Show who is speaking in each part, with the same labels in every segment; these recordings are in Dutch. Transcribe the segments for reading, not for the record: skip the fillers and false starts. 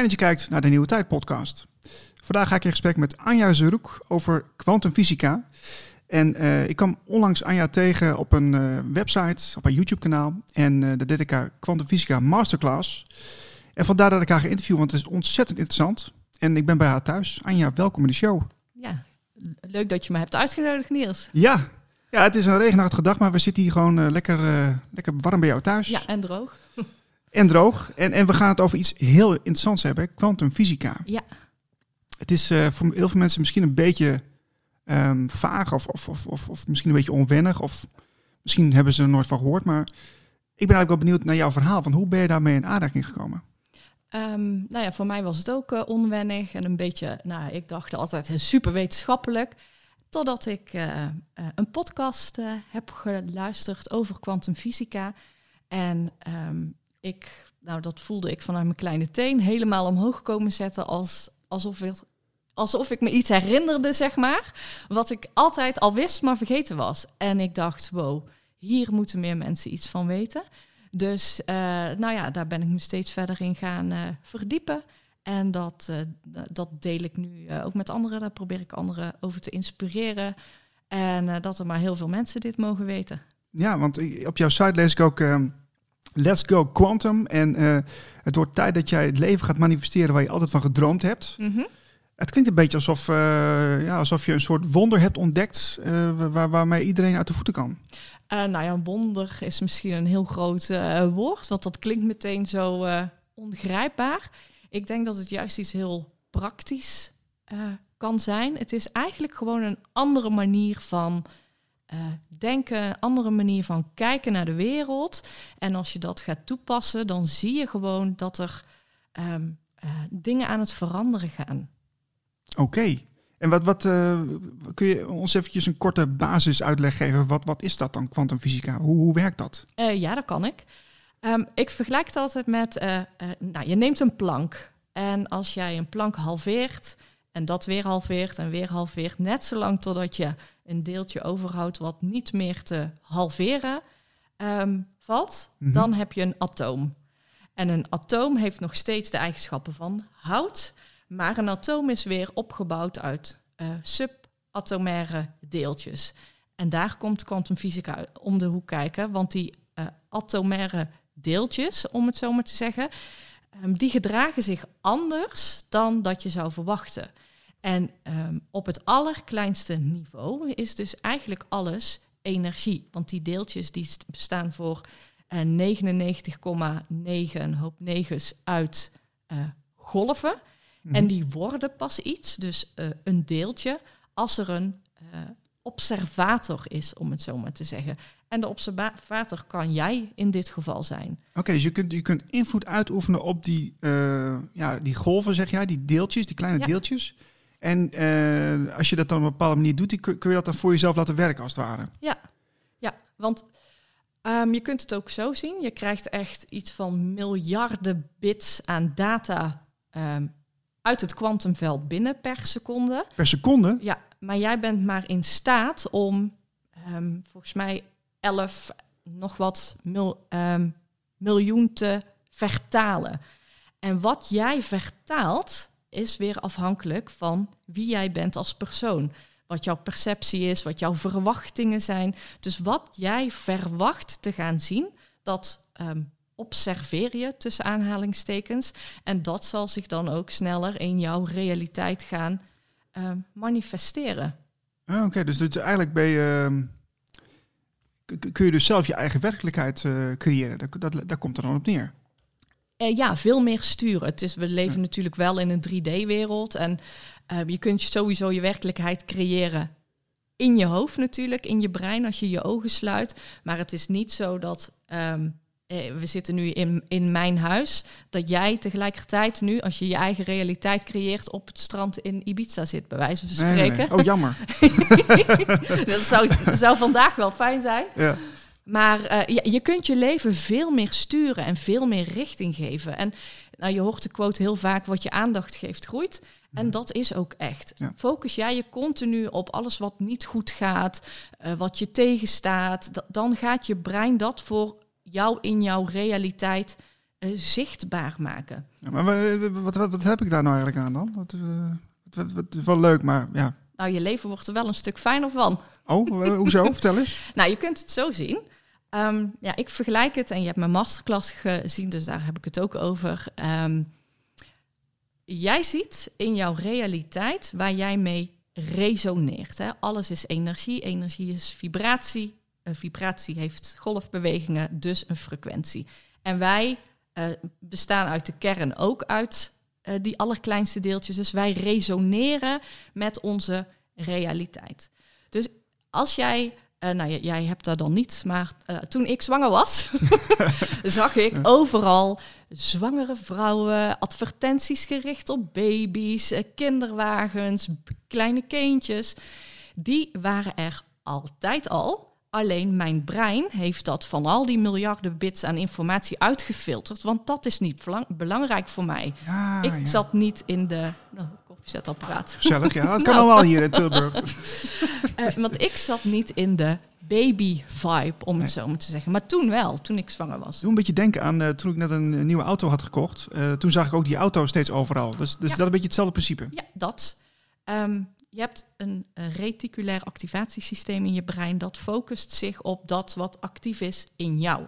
Speaker 1: Fijn dat je kijkt naar de Nieuwe Tijd podcast. Vandaag ga ik in gesprek met Anja Zeroek over kwantumfysica. En ik kwam onlangs Anja tegen op een website, op haar YouTube kanaal. En daar deed ik haar kwantumfysica masterclass. En vandaar dat ik haar ga interviewen, want het is ontzettend interessant. En ik ben bij haar thuis. Anja, welkom in de show.
Speaker 2: Ja, leuk dat je me hebt uitgenodigd, Niels.
Speaker 1: Ja, het is een regenachtige dag, maar we zitten hier gewoon lekker warm bij jou thuis.
Speaker 2: Ja, en droog.
Speaker 1: En droog. En we gaan het over iets heel interessants hebben, kwantumfysica.
Speaker 2: Ja.
Speaker 1: Het is voor heel veel mensen misschien een beetje vaag of misschien een beetje onwennig. Of misschien hebben ze er nooit van gehoord. Maar ik ben eigenlijk wel benieuwd naar jouw verhaal. Van hoe ben je daarmee in aanraking gekomen?
Speaker 2: Voor mij was het ook onwennig en een beetje, ik dacht altijd super wetenschappelijk. Totdat ik een podcast heb geluisterd over kwantumfysica. En dat voelde ik vanuit mijn kleine teen helemaal omhoog komen zetten alsof ik me iets herinnerde, zeg maar. Wat ik altijd al wist, maar vergeten was. En ik dacht, wow, hier moeten meer mensen iets van weten. Dus daar ben ik me steeds verder in gaan verdiepen. En dat deel ik nu ook met anderen. Daar probeer ik anderen over te inspireren. En dat er maar heel veel mensen dit mogen weten.
Speaker 1: Ja, want op jouw site lees ik ook Let's Go Quantum. En het wordt tijd dat jij het leven gaat manifesteren waar je altijd van gedroomd hebt.
Speaker 2: Mm-hmm.
Speaker 1: Het klinkt een beetje alsof je een soort wonder hebt ontdekt waarmee iedereen uit de voeten kan.
Speaker 2: Wonder is misschien een heel groot woord, want dat klinkt meteen zo ongrijpbaar. Ik denk dat het juist iets heel praktisch kan zijn. Het is eigenlijk gewoon een andere manier van denken, een andere manier van kijken naar de wereld. En als je dat gaat toepassen, dan zie je gewoon dat er dingen aan het veranderen gaan.
Speaker 1: Oké. En wat kun je ons eventjes een korte basisuitleg geven? Wat is dat dan, kwantumfysica? Hoe werkt dat?
Speaker 2: Ja, dat kan ik. Ik vergelijk het altijd met, je neemt een plank. En als jij een plank halveert en dat weer halveert en weer halveert, net zolang totdat je een deeltje overhoudt wat niet meer te halveren valt, dan heb je een atoom. En een atoom heeft nog steeds de eigenschappen van hout. Maar een atoom is weer opgebouwd uit subatomaire deeltjes. En daar komt kwantumfysica om de hoek kijken. Want die atomaire deeltjes, om het zo maar te zeggen, die gedragen zich anders dan dat je zou verwachten. En op het allerkleinste niveau is dus eigenlijk alles energie. Want die deeltjes die bestaan voor 99,9 een hoop negens uit golven. En die worden pas iets, dus een deeltje, als er een observator is, om het zo maar te zeggen. En de observator kan jij in dit geval zijn. Oké,
Speaker 1: dus je kunt invloed uitoefenen op die golven, zeg jij, die deeltjes, die kleine deeltjes. En als je dat dan op een bepaalde manier doet, kun je dat dan voor jezelf laten werken, als het ware.
Speaker 2: Ja, want je kunt het ook zo zien. Je krijgt echt iets van miljarden bits aan data uit het kwantumveld binnen per seconde.
Speaker 1: Per seconde?
Speaker 2: Ja, maar jij bent maar in staat om volgens mij 11 nog wat miljoen te vertalen. En wat jij vertaalt is weer afhankelijk van wie jij bent als persoon. Wat jouw perceptie is, wat jouw verwachtingen zijn. Dus wat jij verwacht te gaan zien, dat observeer je tussen aanhalingstekens. En dat zal zich dan ook sneller in jouw realiteit gaan manifesteren.
Speaker 1: Oké, dus eigenlijk kun je dus zelf je eigen werkelijkheid creëren. Daar komt er dan op neer.
Speaker 2: Ja, veel meer sturen. We leven natuurlijk wel in een 3D-wereld. En je kunt sowieso je werkelijkheid creëren in je hoofd natuurlijk, in je brein, als je je ogen sluit. Maar het is niet zo dat we zitten nu in mijn huis, dat jij tegelijkertijd nu, als je je eigen realiteit creëert, op het strand in Ibiza zit, bij wijze van spreken.
Speaker 1: Nee. Oh, jammer.
Speaker 2: Dat zou vandaag wel fijn zijn.
Speaker 1: Ja.
Speaker 2: Maar je kunt je leven veel meer sturen en veel meer richting geven. En je hoort de quote heel vaak, wat je aandacht geeft, groeit. En dat is ook echt. Ja. Focus jij je continu op alles wat niet goed gaat, wat je tegenstaat, dan gaat je brein dat voor jou in jouw realiteit zichtbaar maken.
Speaker 1: Ja, maar wat heb ik daar nou eigenlijk aan dan? Wat is wel leuk, maar ja.
Speaker 2: Nou, je leven wordt er wel een stuk fijner van.
Speaker 1: Oh, hoezo? Vertel eens.
Speaker 2: Nou, je kunt het zo zien. Ik vergelijk het en je hebt mijn masterclass gezien, dus daar heb ik het ook over. Jij ziet in jouw realiteit waar jij mee resoneert. Hè? Alles is energie, energie is vibratie. Vibratie heeft golfbewegingen, dus een frequentie. En wij bestaan uit de kern ook uit die allerkleinste deeltjes. Dus wij resoneren met onze realiteit. Dus als jij... jij hebt dat dan niet, maar toen ik zwanger was, zag ik overal zwangere vrouwen, advertenties gericht op baby's, kinderwagens, kleine kindjes. Die waren er altijd al. Alleen mijn brein heeft dat van al die miljarden bits aan informatie uitgefilterd, want dat is niet belangrijk voor mij.
Speaker 1: Ja,
Speaker 2: ik zat niet in de... koffiezetapparaat.
Speaker 1: Gezellig, ja. Dat kan allemaal hier in Tilburg.
Speaker 2: Want ik zat niet in de baby-vibe, om het zo maar te zeggen. Maar toen wel, toen ik zwanger was.
Speaker 1: Doe een beetje denken aan toen ik net een nieuwe auto had gekocht. Toen zag ik ook die auto steeds overal. Dus dat is een beetje hetzelfde principe.
Speaker 2: Ja, dat. Je hebt een reticulair activatiesysteem in je brein. Dat focust zich op dat wat actief is in jou.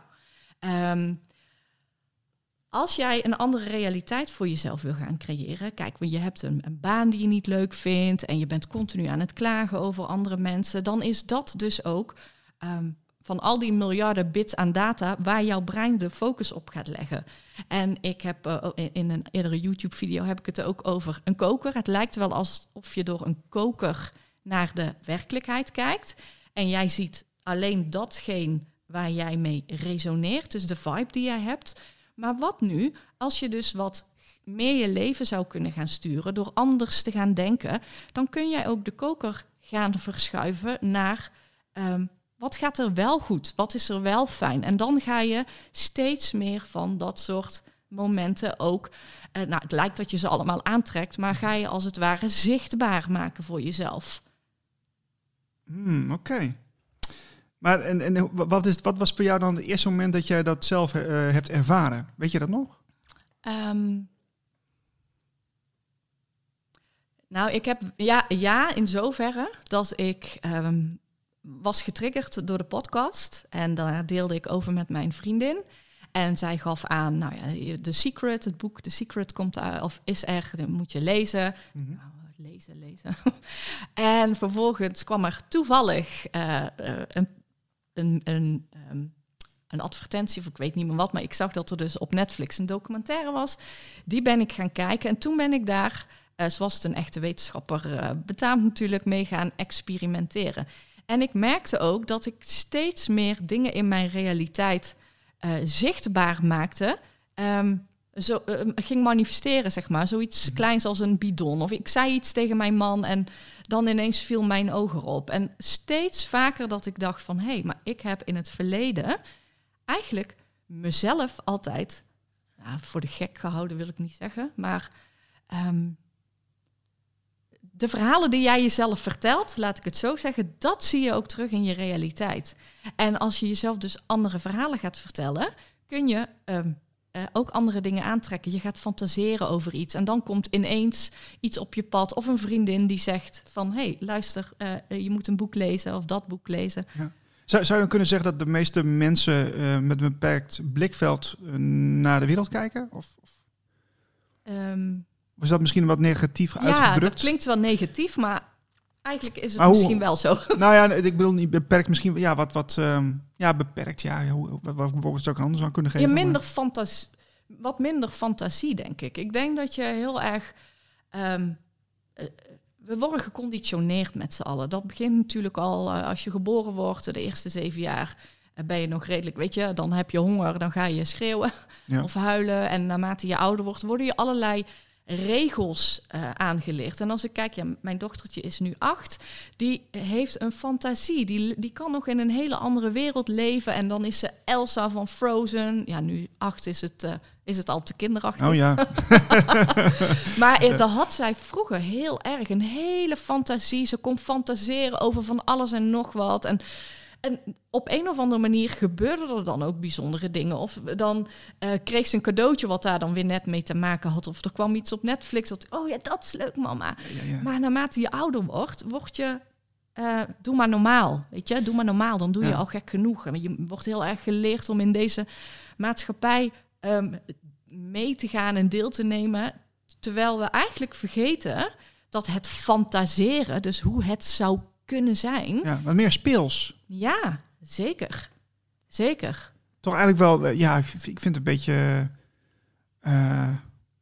Speaker 2: Als jij een andere realiteit voor jezelf wil gaan creëren... Kijk, je hebt een baan die je niet leuk vindt... en je bent continu aan het klagen over andere mensen... dan is dat dus ook van al die miljarden bits aan data... waar jouw brein de focus op gaat leggen. En ik heb in een eerdere YouTube-video heb ik het ook over een koker. Het lijkt wel alsof je door een koker naar de werkelijkheid kijkt... en jij ziet alleen datgene waar jij mee resoneert... dus de vibe die jij hebt... Maar wat nu als je dus wat meer je leven zou kunnen gaan sturen... door anders te gaan denken... dan kun jij ook de koker gaan verschuiven naar... wat gaat er wel goed? Wat is er wel fijn? En dan ga je steeds meer van dat soort momenten ook... het lijkt dat je ze allemaal aantrekt... maar ga je als het ware zichtbaar maken voor jezelf.
Speaker 1: Oké. Maar en wat was voor jou dan het eerste moment dat jij dat zelf hebt ervaren? Weet je dat nog?
Speaker 2: Ik heb in zoverre dat ik was getriggerd door de podcast. En daar deelde ik over met mijn vriendin. En zij gaf aan, The Secret, het boek The Secret komt uit, of is er, dat moet je lezen.
Speaker 1: Mm-hmm.
Speaker 2: Lezen. En vervolgens kwam er toevallig een advertentie, of ik weet niet meer wat, maar ik zag dat er dus op Netflix een documentaire was. Die ben ik gaan kijken en toen ben ik daar, zoals het een echte wetenschapper betaamt natuurlijk, mee gaan experimenteren. En ik merkte ook dat ik steeds meer dingen in mijn realiteit zichtbaar maakte, ging manifesteren, zeg maar. Zoiets kleins als een bidon. Of ik zei iets tegen mijn man en dan ineens viel mijn oog erop. En steeds vaker dat ik dacht van... maar ik heb in het verleden eigenlijk mezelf altijd... voor de gek gehouden wil ik niet zeggen, maar... de verhalen die jij jezelf vertelt, laat ik het zo zeggen... dat zie je ook terug in je realiteit. En als je jezelf dus andere verhalen gaat vertellen... kun je... ook andere dingen aantrekken. Je gaat fantaseren over iets. En dan komt ineens iets op je pad. Of een vriendin die zegt van... luister, je moet een boek lezen of dat boek lezen. Ja.
Speaker 1: Zou je dan kunnen zeggen dat de meeste mensen met een beperkt blikveld naar de wereld kijken? Of was dat misschien wat negatief uitgedrukt?
Speaker 2: Ja, dat klinkt wel negatief, maar eigenlijk is het misschien wel zo.
Speaker 1: Nou ja, ik bedoel niet beperkt misschien. Ja, beperkt. Ja, hoe het ook anders aan kunnen geven.
Speaker 2: Wat minder fantasie, denk ik. Ik denk dat je heel erg... we worden geconditioneerd met z'n allen. Dat begint natuurlijk al als je geboren wordt. De eerste 7 jaar ben je nog redelijk... Weet je, dan heb je honger, dan ga je schreeuwen of huilen. En naarmate je ouder wordt, worden je allerlei... regels aangeleerd. En als ik kijk, mijn dochtertje is nu 8, die heeft een fantasie. Die kan nog in een hele andere wereld leven. En dan is ze Elsa van Frozen. Ja, nu 8 is het al te kinderachtig.
Speaker 1: Oh ja.
Speaker 2: Maar dat had zij vroeger heel erg. Een hele fantasie. Ze kon fantaseren over van alles en nog wat. En En op een of andere manier gebeurden er dan ook bijzondere dingen. Of dan kreeg ze een cadeautje wat daar dan weer net mee te maken had. Of er kwam iets op Netflix. Dat is leuk, mama.
Speaker 1: Ja.
Speaker 2: Maar naarmate je ouder word je... doe maar normaal, weet je. Doe maar normaal, dan doe je al gek genoeg. En je wordt heel erg geleerd om in deze maatschappij mee te gaan en deel te nemen. Terwijl we eigenlijk vergeten dat het fantaseren, dus hoe het zou kunnen zijn...
Speaker 1: Ja, wat meer speels.
Speaker 2: Ja, zeker. Zeker.
Speaker 1: Toch eigenlijk wel, ik vind het een beetje... een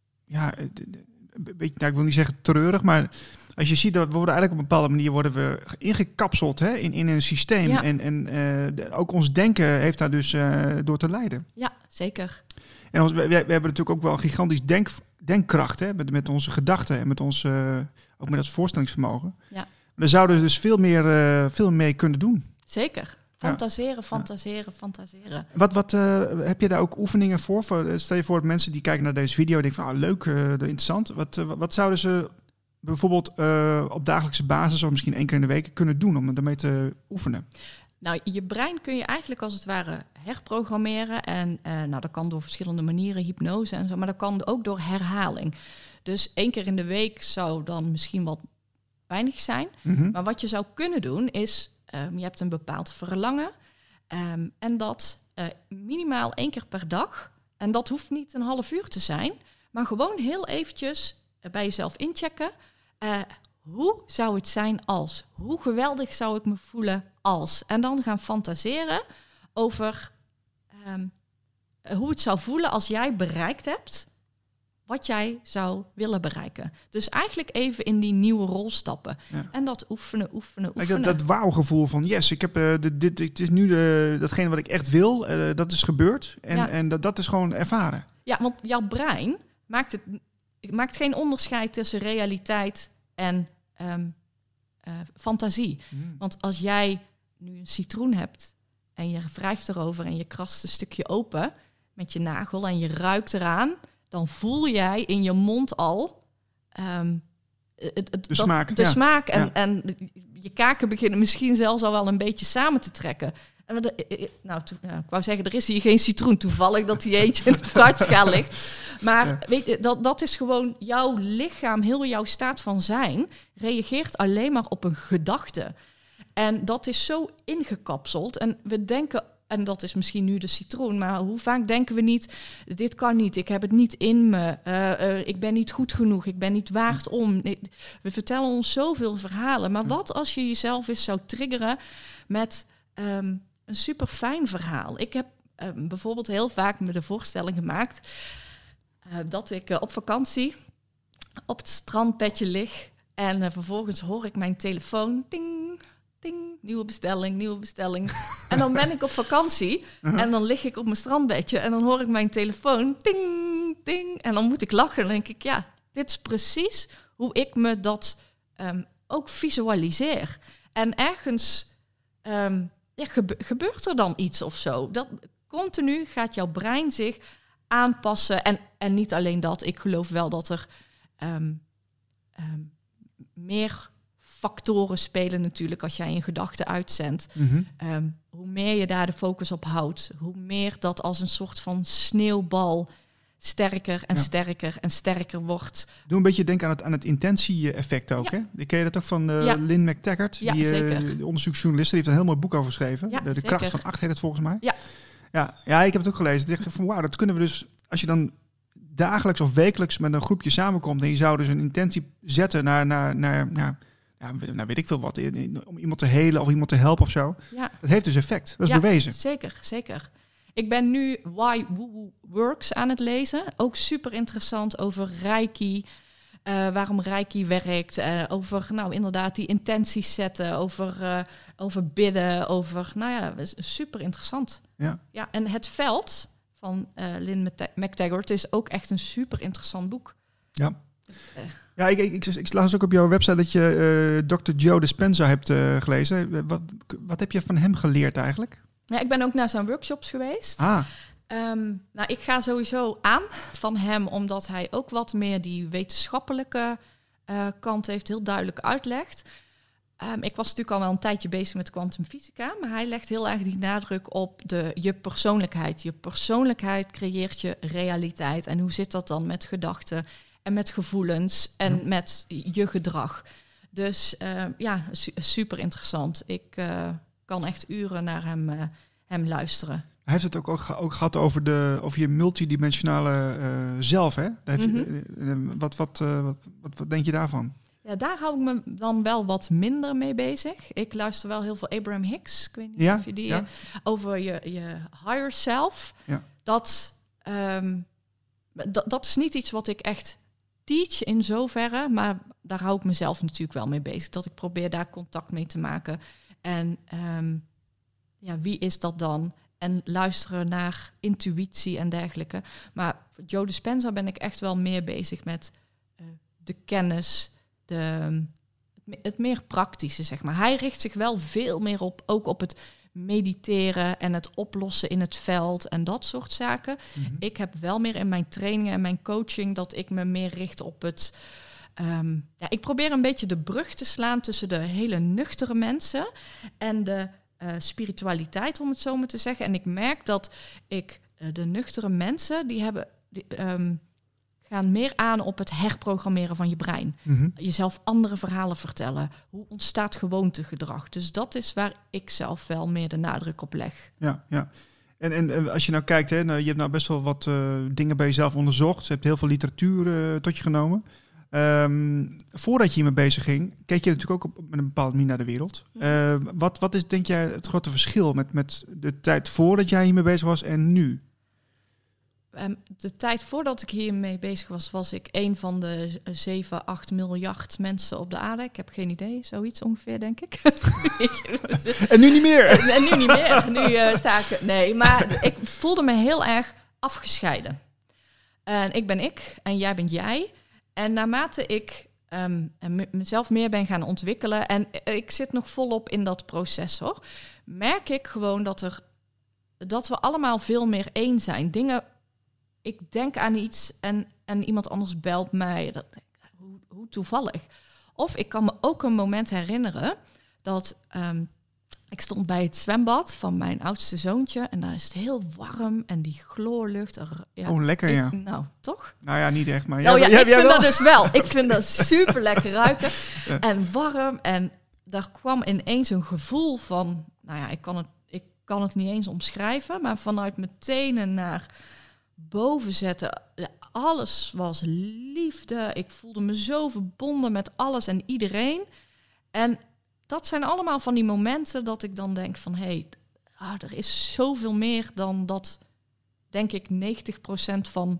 Speaker 1: beetje, nou, ik wil niet zeggen treurig, maar als je ziet dat we worden eigenlijk op een bepaalde manier ingekapseld in een systeem.
Speaker 2: Ja.
Speaker 1: En ook ons denken heeft daar dus door te lijden.
Speaker 2: Ja, zeker.
Speaker 1: En we hebben natuurlijk ook wel een gigantisch denkkracht, hè, met onze gedachten en met ons ook met dat voorstellingsvermogen.
Speaker 2: Ja.
Speaker 1: We zouden dus veel meer mee kunnen doen.
Speaker 2: Zeker. Fantaseren.
Speaker 1: Wat heb je daar ook oefeningen voor? Stel je voor dat mensen die kijken naar deze video denken van leuk, interessant. Wat zouden ze bijvoorbeeld op dagelijkse basis of misschien 1 keer in de week kunnen doen om daarmee te oefenen?
Speaker 2: Nou, je brein kun je eigenlijk als het ware herprogrammeren. En dat kan door verschillende manieren, hypnose en zo. Maar dat kan ook door herhaling. Dus 1 keer in de week zou dan misschien wat weinig zijn.
Speaker 1: Mm-hmm.
Speaker 2: Maar wat je zou kunnen doen is... je hebt een bepaald verlangen. En dat minimaal 1 keer per dag. En dat hoeft niet een half uur te zijn. Maar gewoon heel eventjes bij jezelf inchecken. Hoe zou het zijn als? Hoe geweldig zou ik me voelen als? En dan gaan fantaseren over hoe het zou voelen als jij bereikt hebt wat jij zou willen bereiken. Dus eigenlijk even in die nieuwe rol stappen. Ja. En dat oefenen.
Speaker 1: Dat wauwgevoel van yes, ik heb dit is nu datgene wat ik echt wil. Dat is gebeurd. En dat is gewoon ervaren.
Speaker 2: Ja, want jouw brein maakt geen onderscheid tussen realiteit en fantasie. Want als jij nu een citroen hebt en je wrijft erover en je krast een stukje open met je nagel en je ruikt eraan, dan voel jij in je mond al de smaak. En je kaken beginnen misschien zelfs al wel een beetje samen te trekken. Ik wou zeggen, er is hier geen citroen. Toevallig dat die eentje in de fruitschaal ligt. Maar weet je, dat is gewoon jouw lichaam, heel jouw staat van zijn, reageert alleen maar op een gedachte. En dat is zo ingekapseld. En we denken, en dat is misschien nu de citroen, maar hoe vaak denken we niet, dit kan niet, ik heb het niet in me, ik ben niet goed genoeg, ik ben niet waard om. Nee, we vertellen ons zoveel verhalen. Maar wat als je jezelf eens zou triggeren met een super fijn verhaal? Ik heb bijvoorbeeld heel vaak me de voorstelling gemaakt dat ik op vakantie op het strandbedje lig en vervolgens hoor ik mijn telefoon, ding, ding, nieuwe bestelling. En dan ben ik op vakantie en dan lig ik op mijn strandbedje en dan hoor ik mijn telefoon, ding, ding. En dan moet ik lachen en dan denk ik, ja, dit is precies hoe ik me dat ook visualiseer. En ergens gebeurt er dan iets of zo. Dat continu gaat jouw brein zich aanpassen. En niet alleen dat. Ik geloof wel dat er meer factoren spelen natuurlijk als jij een gedachte uitzendt. Mm-hmm. Hoe meer je daar de focus op houdt, hoe meer dat als een soort van sneeuwbal sterker en sterker en sterker wordt.
Speaker 1: Doe een beetje denken aan het intentie-effect ook. Ja. Hè? Ken je dat ook van Lynn McTaggart?
Speaker 2: Ja,
Speaker 1: die onderzoeksjournalist, die heeft een heel mooi boek over geschreven.
Speaker 2: Ja,
Speaker 1: de kracht van 8 heet het volgens mij.
Speaker 2: Ja,
Speaker 1: ik heb het ook gelezen. Ik dacht van wauw, dat kunnen we dus, als je dan dagelijks of wekelijks met een groepje samenkomt en je zou dus een intentie zetten naar weet ik veel wat, om iemand te helen of iemand te helpen of zo. Ja. Dat heeft dus effect. Dat is bewezen.
Speaker 2: Zeker. Ik ben nu Why Woo Works aan het lezen. Ook super interessant over Reiki. Waarom Reiki werkt. Over inderdaad die intenties zetten. Over bidden. Super interessant. Ja, en Het Veld van Lynn McTaggart is ook echt een super interessant boek.
Speaker 1: Ja. Ja, ik las ook op jouw website dat je Dr. Joe Dispenza hebt gelezen. Wat heb je van hem geleerd eigenlijk?
Speaker 2: Ja, ik ben ook naar zijn workshops geweest. Ik ga sowieso aan van hem, omdat hij ook wat meer die wetenschappelijke kant heeft, heel duidelijk uitlegt. Ik was natuurlijk al wel een tijdje bezig met kwantumfysica, maar hij legt heel erg die nadruk op je persoonlijkheid. Je persoonlijkheid creëert je realiteit. En hoe zit dat dan met gedachten en met gevoelens en met je gedrag? Dus super interessant. Ik kan echt uren naar hem luiten.
Speaker 1: Hij heeft het ook gehad over je multidimensionale zelf, hè? Wat denk je daarvan?
Speaker 2: Ja, daar hou ik me dan wel wat minder mee bezig. Ik luister wel heel veel Abraham Hicks. Ik weet niet of je die... over je higher self. Ja. Dat is niet iets wat ik echt teach in zoverre. Maar daar hou ik mezelf natuurlijk wel mee bezig. Dat ik probeer daar contact mee te maken. En wie is dat dan? En luisteren naar intuïtie en dergelijke. Maar voor Joe Dispenza ben ik echt wel meer bezig met de kennis... het meer praktische, zeg maar. Hij richt zich wel veel meer ook op het mediteren en het oplossen in het veld en dat soort zaken. Mm-hmm. Ik heb wel meer in mijn trainingen en mijn coaching dat ik me meer richt op het... ik probeer een beetje de brug te slaan tussen de hele nuchtere mensen en de spiritualiteit, om het zo maar te zeggen. En ik merk dat de nuchtere mensen, die gaan meer aan op het herprogrammeren van je brein. Mm-hmm. Jezelf andere verhalen vertellen. Hoe ontstaat gewoontegedrag? Dus dat is waar ik zelf wel meer de nadruk op leg.
Speaker 1: Ja. En als je nou kijkt, hè, je hebt nou best wel wat dingen bij jezelf onderzocht. Je hebt heel veel literatuur tot je genomen. Voordat je hiermee bezig ging, keek je natuurlijk ook met een bepaalde manier naar de wereld. Wat is, denk jij, het grote verschil met de tijd voordat jij hiermee bezig was en nu?
Speaker 2: De tijd voordat ik hiermee bezig was ik een van de 7-8 miljard mensen op de aarde. Ik heb geen idee, zoiets ongeveer, denk ik.
Speaker 1: En nu niet meer?
Speaker 2: En nu niet meer. Nu sta ik... Nee, maar ik voelde me heel erg afgescheiden. En ik ben ik en jij bent jij. En naarmate ik mezelf meer ben gaan ontwikkelen... en ik zit nog volop in dat proces, hoor... merk ik gewoon dat we allemaal veel meer één zijn. Dingen... Ik denk aan iets en iemand anders belt mij. Hoe toevallig. Of ik kan me ook een moment herinneren dat ik stond bij het zwembad van mijn oudste zoontje. En daar is het heel warm en die chloorlucht.
Speaker 1: Lekker, ja.
Speaker 2: Nou, toch?
Speaker 1: Nou ja, niet echt, maar...
Speaker 2: ik vind dat dus wel. Ik vind dat super lekker ruiken. Ja. En warm. En daar kwam ineens een gevoel van... Nou ja, ik kan het niet eens omschrijven. Maar vanuit mijn tenen naar... boven zetten. Alles was liefde. Ik voelde me zo verbonden met alles en iedereen. En dat zijn allemaal van die momenten dat ik dan denk van... er is zoveel meer dan dat, denk ik, 90% van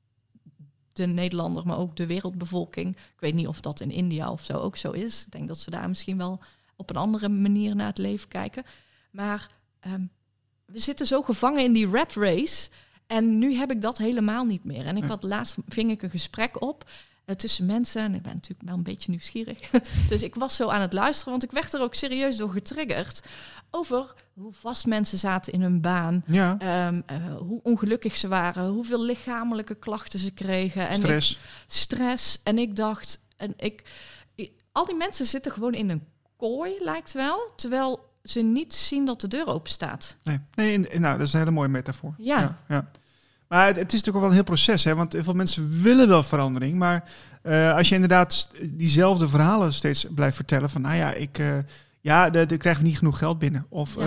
Speaker 2: de Nederlander... maar ook de wereldbevolking. Ik weet niet of dat in India of zo ook zo is. Ik denk dat ze daar misschien wel op een andere manier naar het leven kijken. Maar we zitten zo gevangen in die rat race... En nu heb ik dat helemaal niet meer. En laatst ving ik een gesprek op tussen mensen. En ik ben natuurlijk wel een beetje nieuwsgierig. Dus ik was zo aan het luisteren. Want ik werd er ook serieus door getriggerd. Over hoe vast mensen zaten in hun baan. Ja. Hoe ongelukkig ze waren. Hoeveel lichamelijke klachten ze kregen. En stress. En ik dacht... al die mensen zitten gewoon in een kooi, lijkt wel. Terwijl... ze niet zien dat de deur open staat.
Speaker 1: Nee, dat is een hele mooie metafoor. Ja. Maar het is natuurlijk ook wel een heel proces, hè? Want heel veel mensen willen wel verandering. Maar als je inderdaad diezelfde verhalen steeds blijft vertellen... van daar krijgen we niet genoeg geld binnen. Of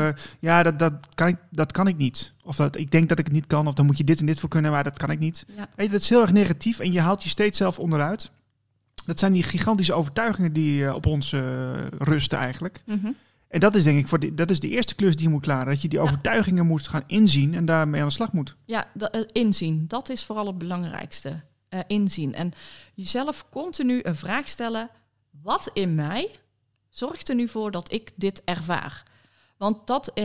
Speaker 1: dat kan ik niet. Of ik denk dat ik het niet kan. Of dan moet je dit en dit voor kunnen, maar dat kan ik niet. Ja. Weet je, dat is heel erg negatief en je haalt je steeds zelf onderuit. Dat zijn die gigantische overtuigingen die op ons rusten eigenlijk. Mm-hmm. En dat is denk ik dat is de eerste klus die je moet klaren. Dat je die overtuigingen moet gaan inzien en daarmee aan de slag moet.
Speaker 2: Ja, inzien. Dat is vooral het belangrijkste. Inzien. En jezelf continu een vraag stellen. Wat in mij zorgt er nu voor dat ik dit ervaar? Want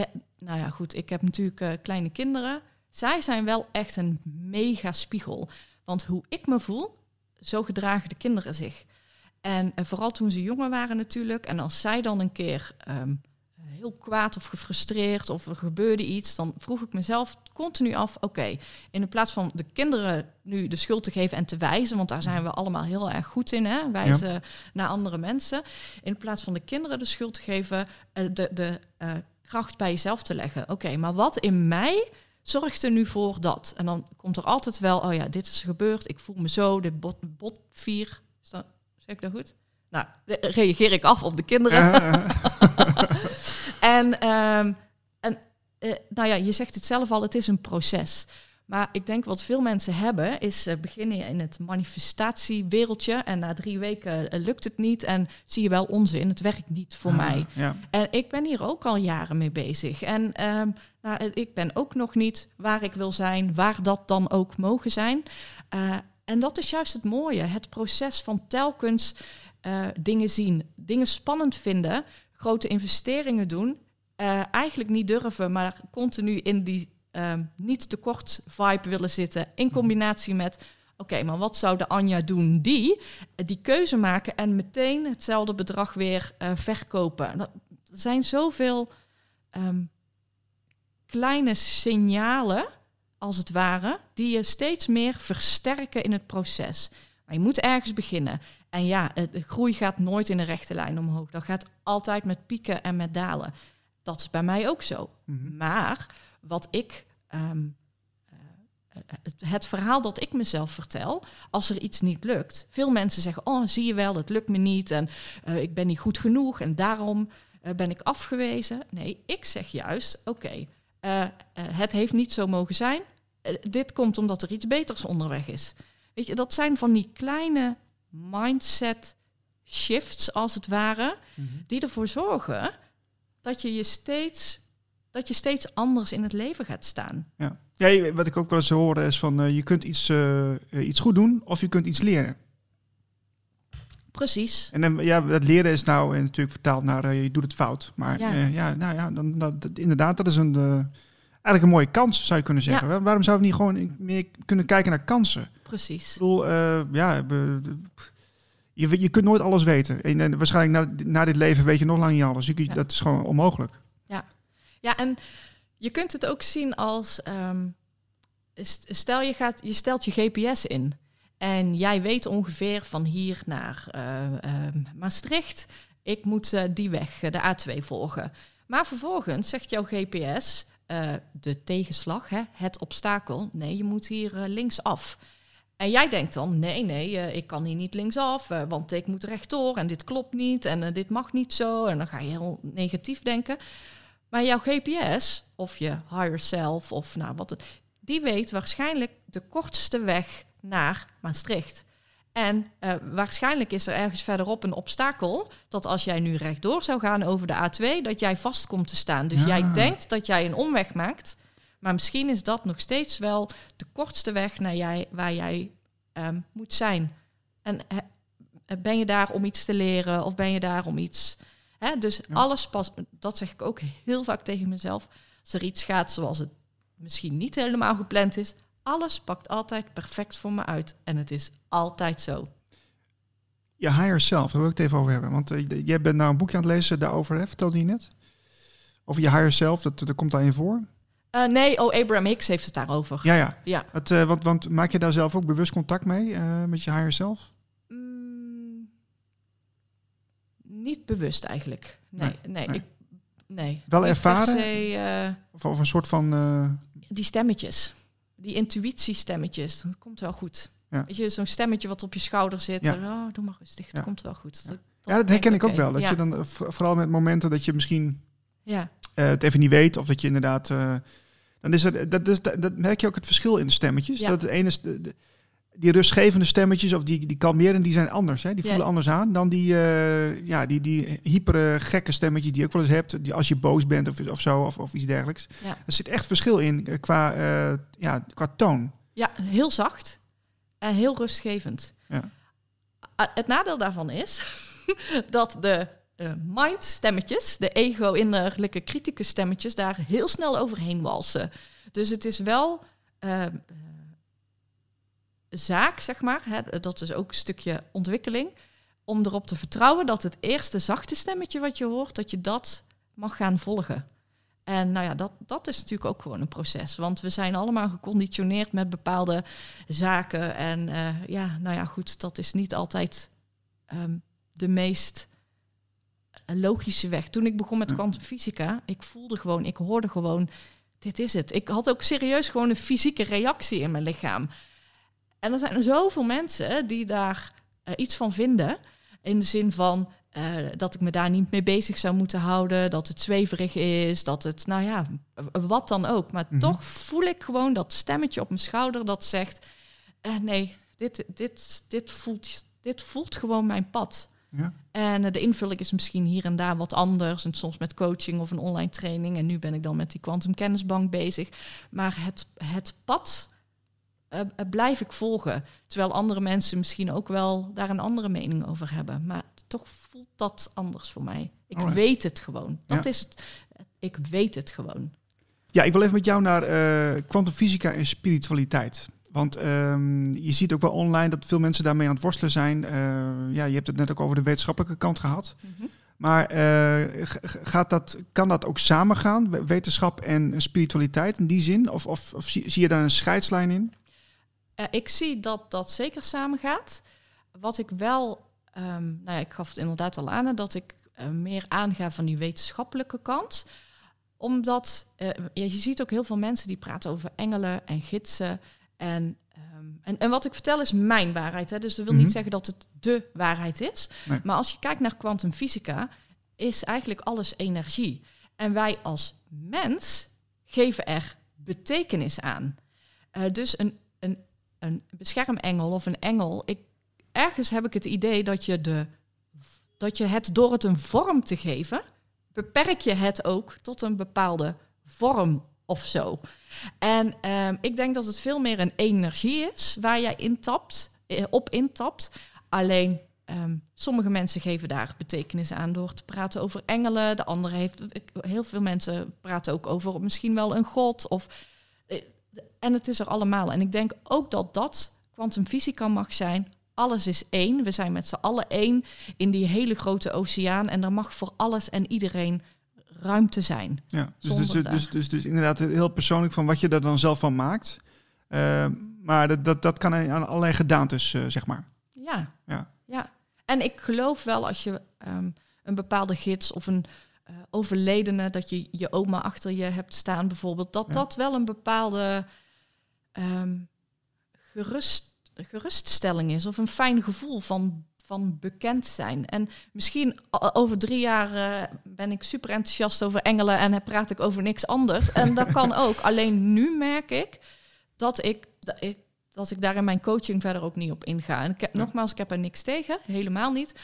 Speaker 2: ik heb natuurlijk kleine kinderen. Zij zijn wel echt een mega spiegel. Want hoe ik me voel, zo gedragen de kinderen zich. En vooral toen ze jonger waren natuurlijk. En als zij dan een keer heel kwaad of gefrustreerd of er gebeurde iets, dan vroeg ik mezelf continu af, oké, in plaats van de kinderen nu de schuld te geven en te wijzen, want daar zijn we allemaal heel erg goed in, hè, wijzen naar andere mensen, in plaats van de kinderen de schuld te geven, de kracht bij jezelf te leggen. Oké, maar wat in mij zorgt er nu voor dat? En dan komt er altijd wel, oh ja, dit is gebeurd, ik voel me zo, de botvier, zeg ik dat goed? Nou, reageer ik af op de kinderen. Nou ja, je zegt het zelf al, het is een proces. Maar ik denk wat veel mensen hebben, is beginnen in het manifestatiewereldje en na 3 weken lukt het niet en zie je wel onzin, het werkt niet voor mij. Ja. En ik ben hier ook al jaren mee bezig. En ik ben ook nog niet waar ik wil zijn, waar dat dan ook mogen zijn. En dat is juist het mooie, het proces van telkens dingen zien, dingen spannend vinden, grote investeringen doen, eigenlijk niet durven, maar continu in die niet tekort vibe willen zitten, in combinatie met, oké, maar wat zou de Anja doen die keuze maken en meteen hetzelfde bedrag weer verkopen. Er zijn zoveel kleine signalen, als het ware, die je steeds meer versterken in het proces. Maar je moet ergens beginnen. En ja, de groei gaat nooit in een rechte lijn omhoog. Dat gaat altijd met pieken en met dalen. Dat is bij mij ook zo. Mm-hmm. Maar wat ik... het verhaal dat ik mezelf vertel, als er iets niet lukt. Veel mensen zeggen, oh, zie je wel, het lukt me niet. En ik ben niet goed genoeg en daarom ben ik afgewezen. Nee, ik zeg juist, oké, het heeft niet zo mogen zijn. Dit komt omdat er iets beters onderweg is. Weet je, dat zijn van die kleine mindset shifts, als het ware, die ervoor zorgen dat je steeds anders in het leven gaat staan.
Speaker 1: Ja. Ja, wat ik ook wel eens hoor is van je kunt iets goed doen of je kunt iets leren.
Speaker 2: Precies.
Speaker 1: En dat leren is nou natuurlijk vertaald naar je doet het fout. Maar inderdaad, dat is eigenlijk een mooie kans, zou je kunnen zeggen. Ja. Waarom zouden we niet gewoon meer kunnen kijken naar kansen?
Speaker 2: Precies.
Speaker 1: Ik bedoel, je kunt nooit alles weten. En waarschijnlijk na dit leven weet je nog lang niet alles. Dat is gewoon onmogelijk.
Speaker 2: Ja, en je kunt het ook zien als... stel je stelt je GPS in. En jij weet ongeveer van hier naar Maastricht. Ik moet die weg, de A2, volgen. Maar vervolgens zegt jouw GPS... de tegenslag, het obstakel. Nee, je moet hier linksaf. En jij denkt dan, nee, ik kan hier niet linksaf, want ik moet rechtdoor en dit klopt niet en dit mag niet zo. En dan ga je heel negatief denken. Maar jouw GPS, of je higher self, of die weet waarschijnlijk de kortste weg naar Maastricht. En waarschijnlijk is er ergens verderop een obstakel, dat als jij nu rechtdoor zou gaan over de A2, dat jij vast komt te staan. Dus jij denkt dat jij een omweg maakt, maar misschien is dat nog steeds wel de kortste weg naar waar jij moet zijn. En ben je daar om iets te leren of ben je daar om iets... Dus alles past, dat zeg ik ook heel vaak tegen mezelf. Als er iets gaat zoals het misschien niet helemaal gepland is, alles pakt altijd perfect voor me uit. En het is altijd zo.
Speaker 1: Je higher self, daar wil ik het even over hebben. Want jij bent nou een boekje aan het lezen daarover, vertelde je net? Over je higher self, dat komt daarin voor?
Speaker 2: Nee, Abraham Hicks heeft het daarover.
Speaker 1: Ja. Want maak je daar zelf ook bewust contact mee met je higher self?
Speaker 2: Niet bewust eigenlijk. Nee.
Speaker 1: Wel
Speaker 2: niet
Speaker 1: ervaren?
Speaker 2: Per se,
Speaker 1: of een soort van...
Speaker 2: Die stemmetjes. Die intuïtiestemmetjes. Dat komt wel goed. Ja. Weet je, zo'n stemmetje wat op je schouder zit. Ja. Doe maar rustig, het komt wel goed.
Speaker 1: Dat herken ik ook wel. Dat je dan vooral met momenten dat je misschien het even niet weet. Of dat je inderdaad... dan is dat merk je ook het verschil in de stemmetjes. Ja. Dat het ene is... Die rustgevende stemmetjes of die kalmerende, die zijn anders. Hè? Die voelen anders aan dan die hyper gekke stemmetjes die je ook wel eens hebt. Die als je boos bent of zo of iets dergelijks. Ja. Er zit echt verschil in qua toon. Ja, heel zacht en heel rustgevend. Ja. Het nadeel daarvan is dat de mind-stemmetjes, de ego-innerlijke criticus stemmetjes, daar heel snel overheen walsen. Dus het is wel... zaak, zeg maar, dat is ook een stukje ontwikkeling, om erop te vertrouwen dat het eerste zachte stemmetje wat je hoort, dat je dat
Speaker 2: mag gaan volgen. En nou ja, dat is natuurlijk ook gewoon een proces. Want we zijn allemaal geconditioneerd met bepaalde zaken. En goed, dat is niet altijd de meest logische weg. Toen ik begon met kwantumfysica, ik hoorde gewoon, dit is het. Ik had ook serieus gewoon een fysieke reactie in mijn lichaam. En er zijn zoveel mensen die daar iets van vinden. In de zin van dat ik me daar niet mee bezig zou moeten houden. Dat het zweverig is. Dat het, wat dan ook. Maar toch voel ik gewoon dat stemmetje op mijn schouder dat zegt, nee, dit voelt gewoon mijn pad. Ja. En de invulling is misschien hier en daar wat anders. En soms met coaching of een online training. En nu ben ik dan met die Quantum Kennisbank bezig. Maar het pad blijf ik volgen. Terwijl andere mensen misschien ook wel daar een andere mening over hebben. Maar toch voelt dat anders voor mij. Ik weet het gewoon. Dat is het. Ik weet het gewoon.
Speaker 1: Ja, ik wil even met jou naar kwantumfysica en spiritualiteit. Want je ziet ook wel online dat veel mensen daarmee aan het worstelen zijn. Je hebt het net ook over de wetenschappelijke kant gehad. Mm-hmm. Maar kan dat ook samengaan, wetenschap en spiritualiteit in die zin? Of zie je daar een scheidslijn in?
Speaker 2: Ik zie dat zeker samengaat. Wat ik wel, ik gaf het inderdaad al aan, dat ik meer aanga van die wetenschappelijke kant. Omdat je ziet ook heel veel mensen die praten over engelen en gidsen. En wat ik vertel is mijn waarheid. Hè? Dus dat wil niet zeggen dat het de waarheid is. Nee. Maar als je kijkt naar kwantumfysica, is eigenlijk alles energie. En wij als mens geven er betekenis aan. Dus een beschermengel of een engel. Ergens heb ik het idee dat je het door het een vorm te geven, beperk je het ook tot een bepaalde vorm of zo. En ik denk dat het veel meer een energie is waar jij op intapt. Alleen sommige mensen geven daar betekenis aan door te praten over engelen. De andere heel veel mensen praten ook over misschien wel een god. En het is er allemaal. En ik denk ook dat kwantumfysica mag zijn. Alles is één. We zijn met z'n allen één in die hele grote oceaan. En er mag voor alles en iedereen ruimte zijn. Ja,
Speaker 1: dus inderdaad heel persoonlijk van wat je er dan zelf van maakt. Maar dat kan aan allerlei gedaantes, zeg maar.
Speaker 2: Ja. En ik geloof wel als je een bepaalde gids of een overledene, dat je je oma achter je hebt staan bijvoorbeeld, dat wel een bepaalde geruststelling is of een fijn gevoel van bekend zijn. En misschien over 3 jaar ben ik super enthousiast over engelen en praat ik over niks anders. En dat kan ook. Alleen nu merk ik dat ik daar in mijn coaching verder ook niet op inga. En nogmaals, ik heb er niks tegen. Helemaal niet.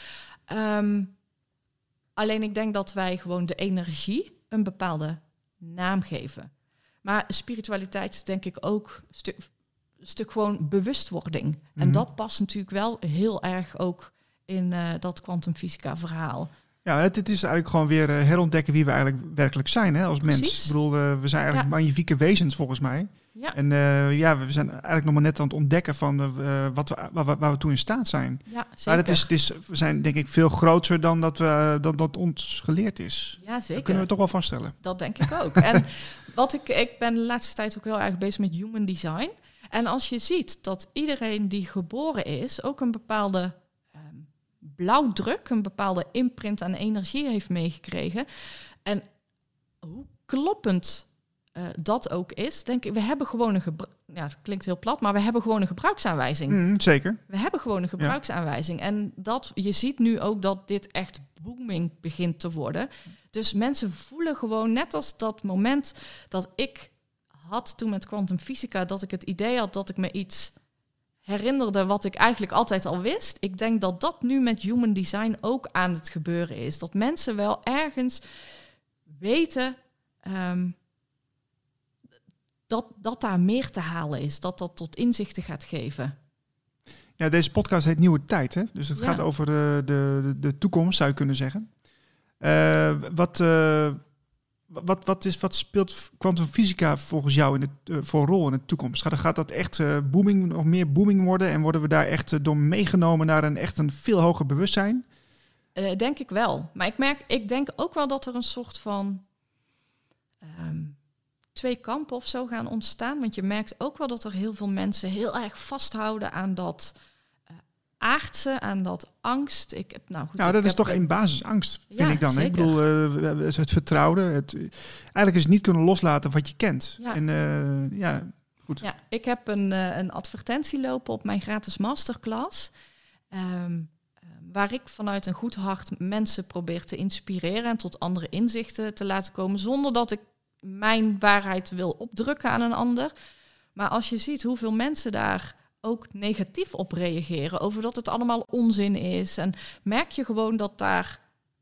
Speaker 2: Alleen ik denk dat wij gewoon de energie een bepaalde naam geven. Maar spiritualiteit is denk ik ook een stuk gewoon bewustwording. Mm-hmm. En dat past natuurlijk wel heel erg ook in dat kwantumfysica verhaal.
Speaker 1: Ja, het is eigenlijk gewoon weer herontdekken wie we eigenlijk werkelijk zijn, hè, als
Speaker 2: Precies.
Speaker 1: mens. Ik bedoel, we zijn eigenlijk magnifieke wezens volgens mij. Ja. En we zijn eigenlijk nog maar net aan het ontdekken van waar we toe in staat zijn. Ja, zeker. Maar we zijn denk ik veel groter dan dat ons geleerd is.
Speaker 2: Ja, zeker.
Speaker 1: Dat kunnen we toch wel vaststellen.
Speaker 2: Dat denk ik ook. En ik ben de laatste tijd ook heel erg bezig met human design. En als je ziet dat iedereen die geboren is ook een bepaalde blauwdruk, een bepaalde imprint aan energie heeft meegekregen. En hoe kloppend dat ook is, denk ik, we hebben gewoon dat klinkt heel plat, maar we hebben gewoon een gebruiksaanwijzing.
Speaker 1: Zeker.
Speaker 2: We hebben gewoon een gebruiksaanwijzing. Ja. En je ziet nu ook dat dit echt booming begint te worden. Dus mensen voelen gewoon, net als dat moment dat ik had toen met kwantumfysica, dat ik het idee had dat ik me iets herinnerde wat ik eigenlijk altijd al wist. Ik denk dat nu met human design ook aan het gebeuren is. Dat mensen wel ergens weten dat daar meer te halen is. Dat tot inzichten gaat geven.
Speaker 1: Ja, deze podcast heet Nieuwe Tijd, hè? Dus het gaat over de toekomst, zou je kunnen zeggen. Wat speelt kwantumfysica volgens jou voor een rol in de toekomst? Gaat dat echt nog meer booming worden? En worden we daar echt door meegenomen naar een veel hoger bewustzijn?
Speaker 2: Denk ik wel. Maar ik denk ook wel dat er een soort van 2 kampen of zo gaan ontstaan. Want je merkt ook wel dat er heel veel mensen heel erg vasthouden aan dat aardse, aan dat angst.
Speaker 1: Dat is toch een basisangst, vind ik dan.
Speaker 2: Zeker.
Speaker 1: Ik bedoel, het vertrouwde. Eigenlijk is het niet kunnen loslaten wat je kent.
Speaker 2: Ja.
Speaker 1: En goed.
Speaker 2: Ja, ik heb een advertentie lopen op mijn gratis masterclass. Waar ik vanuit een goed hart mensen probeer te inspireren en tot andere inzichten te laten komen, zonder dat ik mijn waarheid wil opdrukken aan een ander. Maar als je ziet hoeveel mensen daar ook negatief op reageren, over dat het allemaal onzin is, en merk je gewoon dat daar,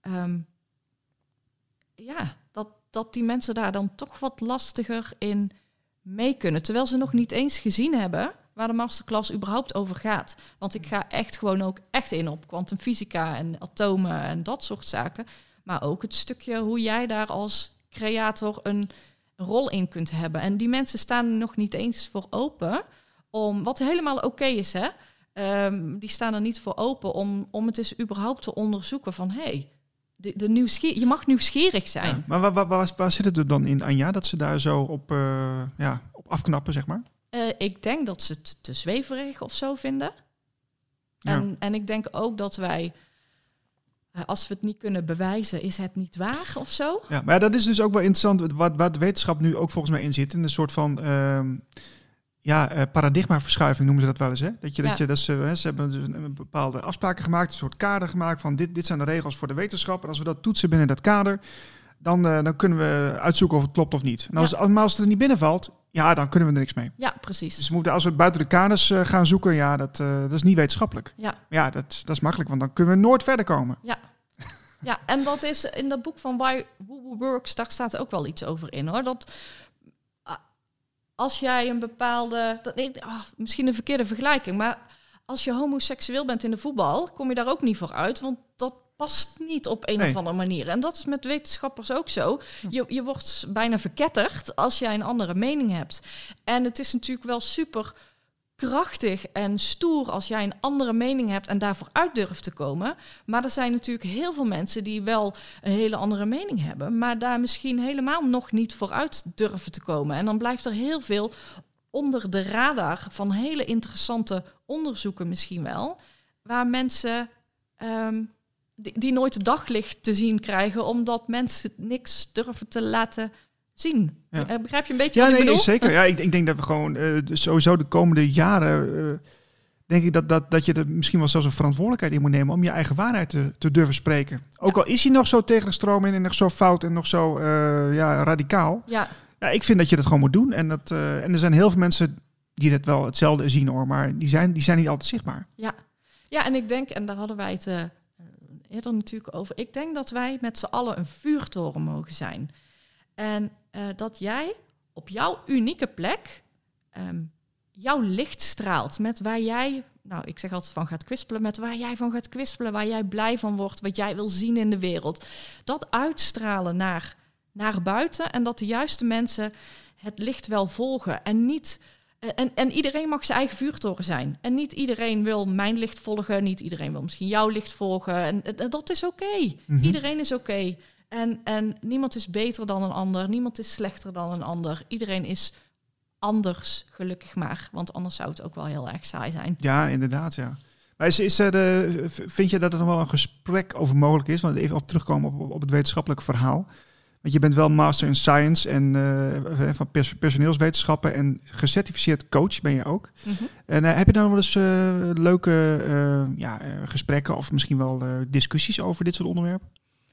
Speaker 2: dat die mensen daar dan toch wat lastiger in mee kunnen, terwijl ze nog niet eens gezien hebben waar de masterclass überhaupt over gaat. Want ik ga echt gewoon ook echt in op kwantumfysica en atomen en dat soort zaken. Maar ook het stukje hoe jij daar als creator een rol in kunt hebben. En die mensen staan er nog niet eens voor open, wat helemaal oké is, hè. Die staan er niet voor open om het eens überhaupt te onderzoeken van, je mag nieuwsgierig zijn.
Speaker 1: Ja, maar waar zit het er dan in, Anja, dat ze daar zo op afknappen, zeg maar?
Speaker 2: Ik denk dat ze het te zweverig of zo vinden.
Speaker 1: Ja.
Speaker 2: En ik denk ook dat wij, als we het niet kunnen bewijzen, is het niet waar of zo.
Speaker 1: Ja, maar dat is dus ook wel interessant, wat de wetenschap nu ook volgens mij in zit. In een soort van paradigmaverschuiving noemen ze dat wel eens. Hè? Ze hebben dus een bepaalde afspraken gemaakt, een soort kader gemaakt van dit zijn de regels voor de wetenschap. En als we dat toetsen binnen dat kader, dan kunnen we uitzoeken of het klopt of niet. En als het er niet binnenvalt, dan kunnen we er niks mee.
Speaker 2: Ja, precies.
Speaker 1: Dus als we buiten de kaders gaan zoeken, dat is niet wetenschappelijk.
Speaker 2: Ja.
Speaker 1: Ja, dat is makkelijk, want dan kunnen we nooit verder komen.
Speaker 2: Ja. Ja, en wat is in dat boek van Why Woo Works, daar staat ook wel iets over in, hoor. Dat als jij een bepaalde, misschien een verkeerde vergelijking, maar als je homoseksueel bent in de voetbal, kom je daar ook niet voor uit, want dat past niet op een of andere manier. En dat is met wetenschappers ook zo. Je wordt bijna verketterd als jij een andere mening hebt. En het is natuurlijk wel super krachtig en stoer als jij een andere mening hebt en daarvoor uit durft te komen. Maar er zijn natuurlijk heel veel mensen die wel een hele andere mening hebben, maar daar misschien helemaal nog niet vooruit durven te komen. En dan blijft er heel veel onder de radar van hele interessante onderzoeken misschien wel, waar mensen die nooit het daglicht te zien krijgen, omdat mensen niks durven te laten zien. Ja. Begrijp je een beetje wat ik bedoel?
Speaker 1: Zeker. Ja, ik denk dat we gewoon sowieso de komende jaren denk ik dat je er misschien wel zelfs een verantwoordelijkheid in moet nemen om je eigen waarheid te durven spreken. Ook al is hij nog zo tegen de stroom in en nog zo fout en nog zo radicaal. Ja, ik vind dat je dat gewoon moet doen. En er zijn heel veel mensen die dat wel hetzelfde zien, hoor, maar die zijn niet altijd zichtbaar.
Speaker 2: Ja, en ik denk, en daar hadden wij het eerder natuurlijk over, ik denk dat wij met z'n allen een vuurtoren mogen zijn. En dat jij op jouw unieke plek jouw licht straalt. Met waar jij, ik zeg altijd van gaat kwispelen, met waar jij van gaat kwispelen, waar jij blij van wordt, wat jij wil zien in de wereld. Dat uitstralen naar buiten en dat de juiste mensen het licht wel volgen. En niet. En iedereen mag zijn eigen vuurtoren zijn. En niet iedereen wil mijn licht volgen, niet iedereen wil misschien jouw licht volgen. En dat is oké. Mm-hmm. Iedereen is oké. En niemand is beter dan een ander. Niemand is slechter dan een ander. Iedereen is anders, gelukkig maar. Want anders zou het ook wel heel erg saai zijn.
Speaker 1: Ja, inderdaad, ja. Maar vind je dat er nog wel een gesprek over mogelijk is? Want even op terugkomen op het wetenschappelijke verhaal. Want je bent wel master in science en van personeelswetenschappen en gecertificeerd coach ben je ook. Mm-hmm. En heb je dan wel eens leuke gesprekken of misschien wel discussies over dit soort onderwerpen?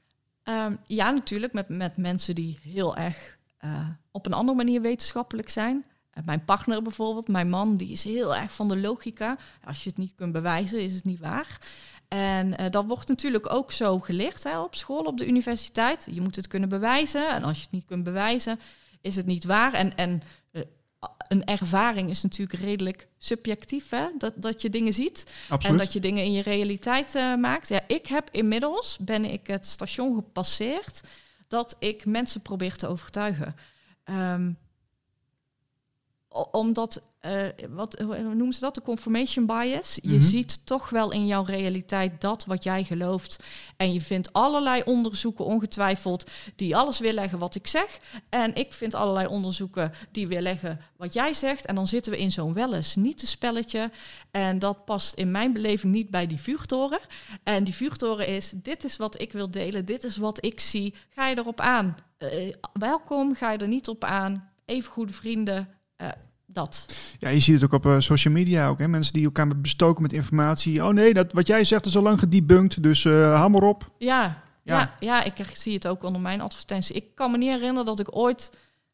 Speaker 2: Ja, natuurlijk. Met mensen die heel erg op een andere manier wetenschappelijk zijn. Mijn partner bijvoorbeeld, mijn man, die is heel erg van de logica. Als je het niet kunt bewijzen, is het niet waar. En dat wordt natuurlijk ook zo geleerd op school, op de universiteit. Je moet het kunnen bewijzen. En als je het niet kunt bewijzen, is het niet waar. En een ervaring is natuurlijk redelijk subjectief, hè? Dat je dingen ziet. Absoluut. En dat je dingen in je realiteit maakt. Ja, ben ik het station gepasseerd dat ik mensen probeer te overtuigen. Omdat, hoe noemen ze dat? De confirmation bias. Je ziet toch wel in jouw realiteit dat wat jij gelooft. En je vindt allerlei onderzoeken ongetwijfeld die alles weerleggen wat ik zeg. En ik vind allerlei onderzoeken die weerleggen wat jij zegt. En dan zitten we in zo'n wel eens niet te spelletje. En dat past in mijn beleving niet bij die vuurtoren. En die vuurtoren is, dit is wat ik wil delen. Dit is wat ik zie. Ga je erop aan? Welkom, ga je er niet op aan? Even goede vrienden, dat.
Speaker 1: Ja, je ziet het ook op social media ook. Hè? Mensen die elkaar bestoken met informatie. Oh nee, dat wat jij zegt is al lang gedebunked, dus hou maar op.
Speaker 2: Ja, ik zie het ook onder mijn advertentie. Ik kan me niet herinneren dat ik ooit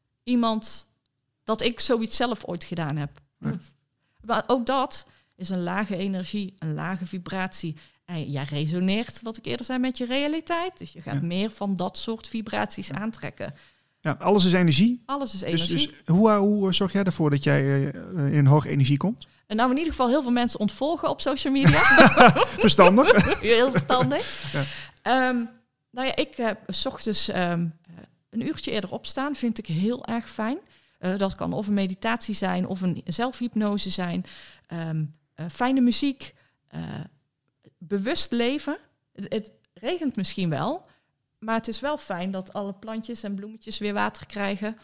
Speaker 2: dat ik zoiets zelf ooit gedaan heb. Ja. Maar ook dat is een lage energie, een lage vibratie. En jij resoneert, wat ik eerder zei, met je realiteit. Dus je gaat meer van dat soort vibraties aantrekken.
Speaker 1: Ja, alles is energie.
Speaker 2: Alles is energie.
Speaker 1: Dus hoe zorg jij ervoor dat jij in een hoge energie komt?
Speaker 2: En nou, in ieder geval heel veel mensen ontvolgen op social media.
Speaker 1: Verstandig.
Speaker 2: Heel verstandig. Ja. Ik heb 's ochtends een uurtje eerder opstaan. Vind ik heel erg fijn. Dat kan of een meditatie zijn of een zelfhypnose zijn. Fijne muziek. Bewust leven. Het regent misschien wel. Maar het is wel fijn dat alle plantjes en bloemetjes weer water krijgen.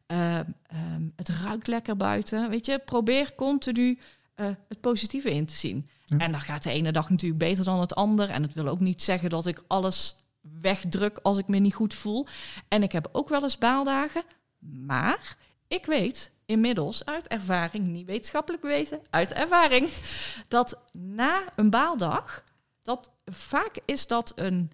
Speaker 2: Het ruikt lekker buiten. Weet je, probeer continu het positieve in te zien. Ja. En dan gaat de ene dag natuurlijk beter dan het ander. En het wil ook niet zeggen dat ik alles wegdruk als ik me niet goed voel. En ik heb ook wel eens baaldagen. Maar ik weet inmiddels uit ervaring, niet wetenschappelijk bewezen, uit ervaring, dat na een baaldag, vaak is dat een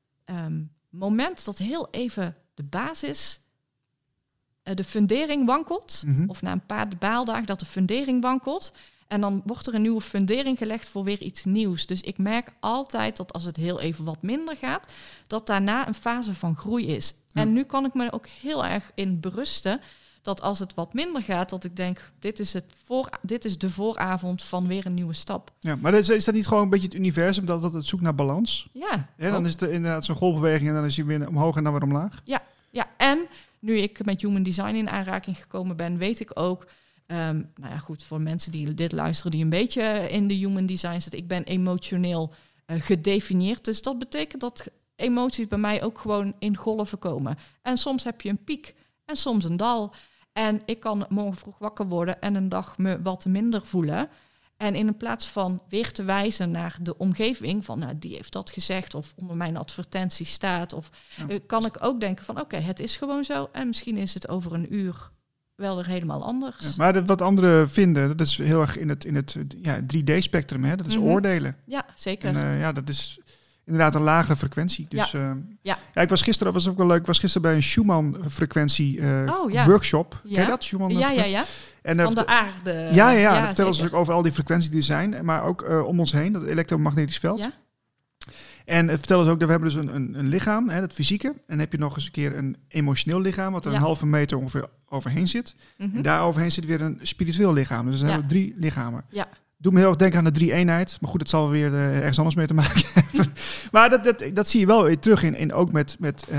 Speaker 2: moment dat heel even de basis, de fundering wankelt. Mm-hmm. Of na een paar baaldagen dat de fundering wankelt. En dan wordt er een nieuwe fundering gelegd voor weer iets nieuws. Dus ik merk altijd dat als het heel even wat minder gaat, dat daarna een fase van groei is. Ja. En nu kan ik me ook heel erg in berusten dat als het wat minder gaat, dat ik denk, dit is de vooravond van weer een nieuwe stap. Ja,
Speaker 1: maar is dat niet gewoon een beetje het universum dat het zoekt naar balans?
Speaker 2: Ja.
Speaker 1: Dan is het inderdaad zo'n golfbeweging en dan is hij weer omhoog en dan weer omlaag.
Speaker 2: Ja. En nu ik met Human Design in aanraking gekomen ben, weet ik ook, voor mensen die dit luisteren, die een beetje in de Human Design zitten, ik ben emotioneel gedefinieerd. Dus dat betekent dat emoties bij mij ook gewoon in golven komen. En soms heb je een piek en soms een dal. En ik kan morgen vroeg wakker worden en een dag me wat minder voelen. En in plaats van weer te wijzen naar de omgeving, van die heeft dat gezegd of onder mijn advertentie staat, of kan ik ook denken van oké, het is gewoon zo. En misschien is het over een uur wel weer helemaal anders. Ja,
Speaker 1: maar wat anderen vinden, dat is heel erg in het 3D-spectrum, hè? Dat is oordelen.
Speaker 2: Ja, zeker.
Speaker 1: En dat is inderdaad een lagere frequentie. Dus ik was gisteren, was ook wel leuk, bij een Schumann-frequentie workshop.
Speaker 2: Ja.
Speaker 1: Ken je dat? Schumann?
Speaker 2: Ja.
Speaker 1: En,
Speaker 2: van de aarde.
Speaker 1: Ja, dat vertellen ze ook over al die frequenties die er zijn, maar ook om ons heen, dat elektromagnetisch veld. Ja. En het vertellen ze ook dat we hebben dus een lichaam, dat fysieke. En dan heb je nog eens een keer een emotioneel lichaam, wat er een halve meter ongeveer overheen zit. Mm-hmm. En daar overheen zit weer een spiritueel lichaam. Dus er zijn 3 lichamen. Ja. Doe me heel erg denken aan de 3-eenheid. Maar goed, het zal weer ergens anders mee te maken hebben. Maar dat zie je wel weer terug in ook met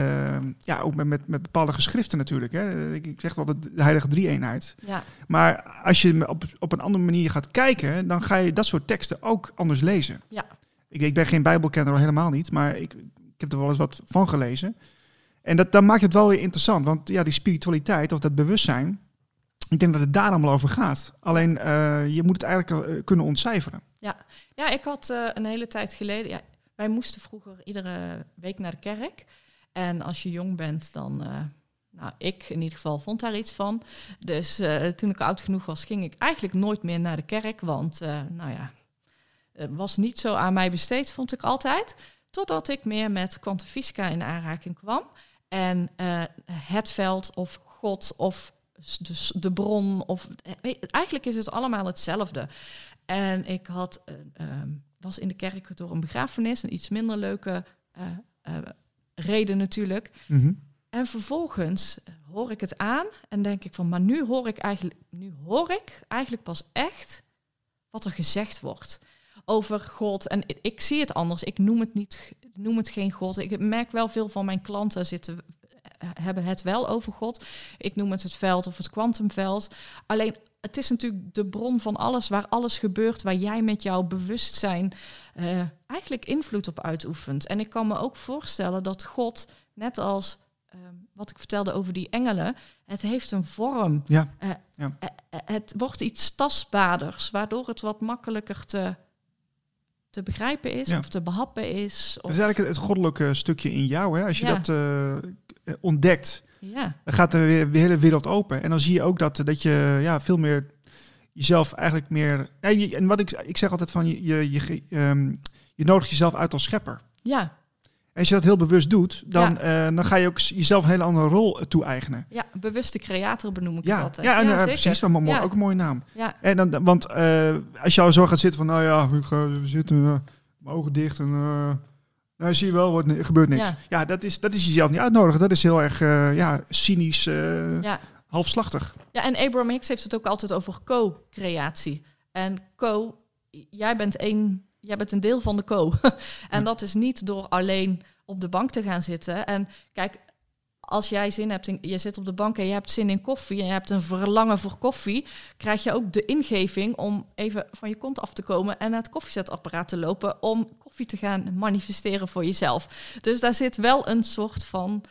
Speaker 1: bepaalde geschriften natuurlijk. Hè. Ik zeg wel de heilige 3-eenheid. Ja. Maar als je op een andere manier gaat kijken, dan ga je dat soort teksten ook anders lezen. Ja. Ik ben geen bijbelkenner, al helemaal niet. Maar ik heb er wel eens wat van gelezen. En dan maakt het wel weer interessant. Want die spiritualiteit of dat bewustzijn, ik denk dat het daar allemaal over gaat. Alleen, je moet het eigenlijk kunnen ontcijferen.
Speaker 2: Ja, ik had een hele tijd geleden... Ja, wij moesten vroeger iedere week naar de kerk. En als je jong bent, dan... ik in ieder geval vond daar iets van. Dus toen ik oud genoeg was, ging ik eigenlijk nooit meer naar de kerk. Want, het was niet zo aan mij besteed, vond ik altijd. Totdat ik meer met kwantumfysica in aanraking kwam. En het veld of God of dus de bron, eigenlijk is het allemaal hetzelfde. En ik was in de kerk door een begrafenis, een iets minder leuke reden natuurlijk. Mm-hmm. En vervolgens hoor ik het aan en denk ik van, maar nu hoor ik eigenlijk pas echt wat er gezegd wordt over God. En ik zie het anders. Ik noem het geen God. Ik merk wel veel van mijn klanten hebben het wel over God. Ik noem het veld of het kwantumveld. Alleen het is natuurlijk de bron van alles, waar alles gebeurt, waar jij met jouw bewustzijn eigenlijk invloed op uitoefent. En ik kan me ook voorstellen dat God, net als wat ik vertelde over die engelen, het heeft een vorm.
Speaker 1: Ja.
Speaker 2: Het wordt iets tastbaarders, waardoor het wat makkelijker te begrijpen is of te behappen is.
Speaker 1: Dat is eigenlijk het goddelijke stukje in jou. Hè? Als je dat ontdekt, dan gaat de hele wereld open. En dan zie je ook dat je veel meer jezelf eigenlijk meer... En wat ik zeg altijd van, je nodigt jezelf uit als schepper.
Speaker 2: Ja.
Speaker 1: En als je dat heel bewust doet, dan ga je ook jezelf een hele andere rol toe-eigenen.
Speaker 2: Ja, bewuste creator benoem ik het altijd.
Speaker 1: Ja, precies. Maar ook een mooie naam.
Speaker 2: Ja.
Speaker 1: En dan, want als je al zo gaat zitten van, we zitten mijn ogen dicht en zie je wel, er gebeurt niks. Ja, dat is jezelf niet uitnodigen. Dat is heel erg cynisch, halfslachtig.
Speaker 2: Ja, en Abraham Hicks heeft het ook altijd over co-creatie. En jij bent een deel van de co. En dat is niet door alleen op de bank te gaan zitten. En kijk, als jij zin hebt, je zit op de bank en je hebt zin in koffie en je hebt een verlangen voor koffie, krijg je ook de ingeving om even van je kont af te komen en naar het koffiezetapparaat te lopen om koffie te gaan manifesteren voor jezelf. Dus daar zit wel een soort van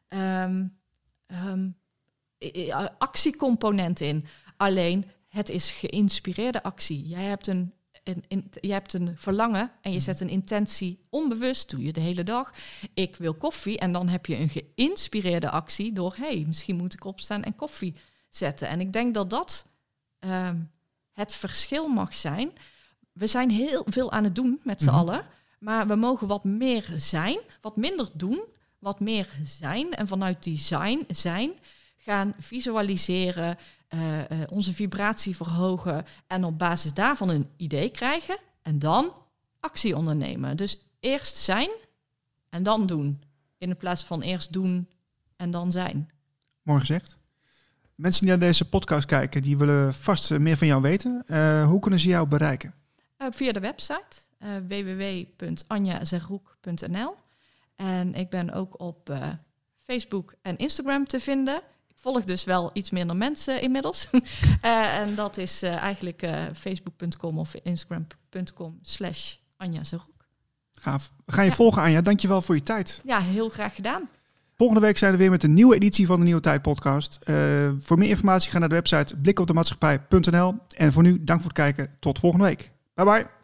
Speaker 2: actiecomponent in. Alleen, het is geïnspireerde actie. Jij hebt een verlangen en je zet een intentie onbewust, doe je de hele dag. Ik wil koffie en dan heb je een geïnspireerde actie door, misschien moet ik opstaan en koffie zetten. En ik denk dat het verschil mag zijn. We zijn heel veel aan het doen met z'n allen, maar we mogen wat meer zijn, wat minder doen, wat meer zijn. En vanuit die zijn gaan visualiseren, onze vibratie verhogen en op basis daarvan een idee krijgen en dan actie ondernemen. Dus eerst zijn en dan doen. In plaats van eerst doen en dan zijn.
Speaker 1: Mooi gezegd. Mensen die naar deze podcast kijken, die willen vast meer van jou weten. Hoe kunnen ze jou bereiken?
Speaker 2: Via de website www.anjazerroek.nl. En ik ben ook op Facebook en Instagram te vinden. Volg dus wel iets minder mensen inmiddels. En dat is eigenlijk facebook.com of instagram.com/Anja Zerroek.
Speaker 1: Gaaf. We gaan je volgen, Anja. Dankjewel voor je tijd.
Speaker 2: Ja, heel graag gedaan.
Speaker 1: Volgende week zijn we weer met een nieuwe editie van de Nieuwe Tijd podcast. Voor meer informatie ga naar de website blikopdemaatschappij.nl. En voor nu, dank voor het kijken. Tot volgende week. Bye bye.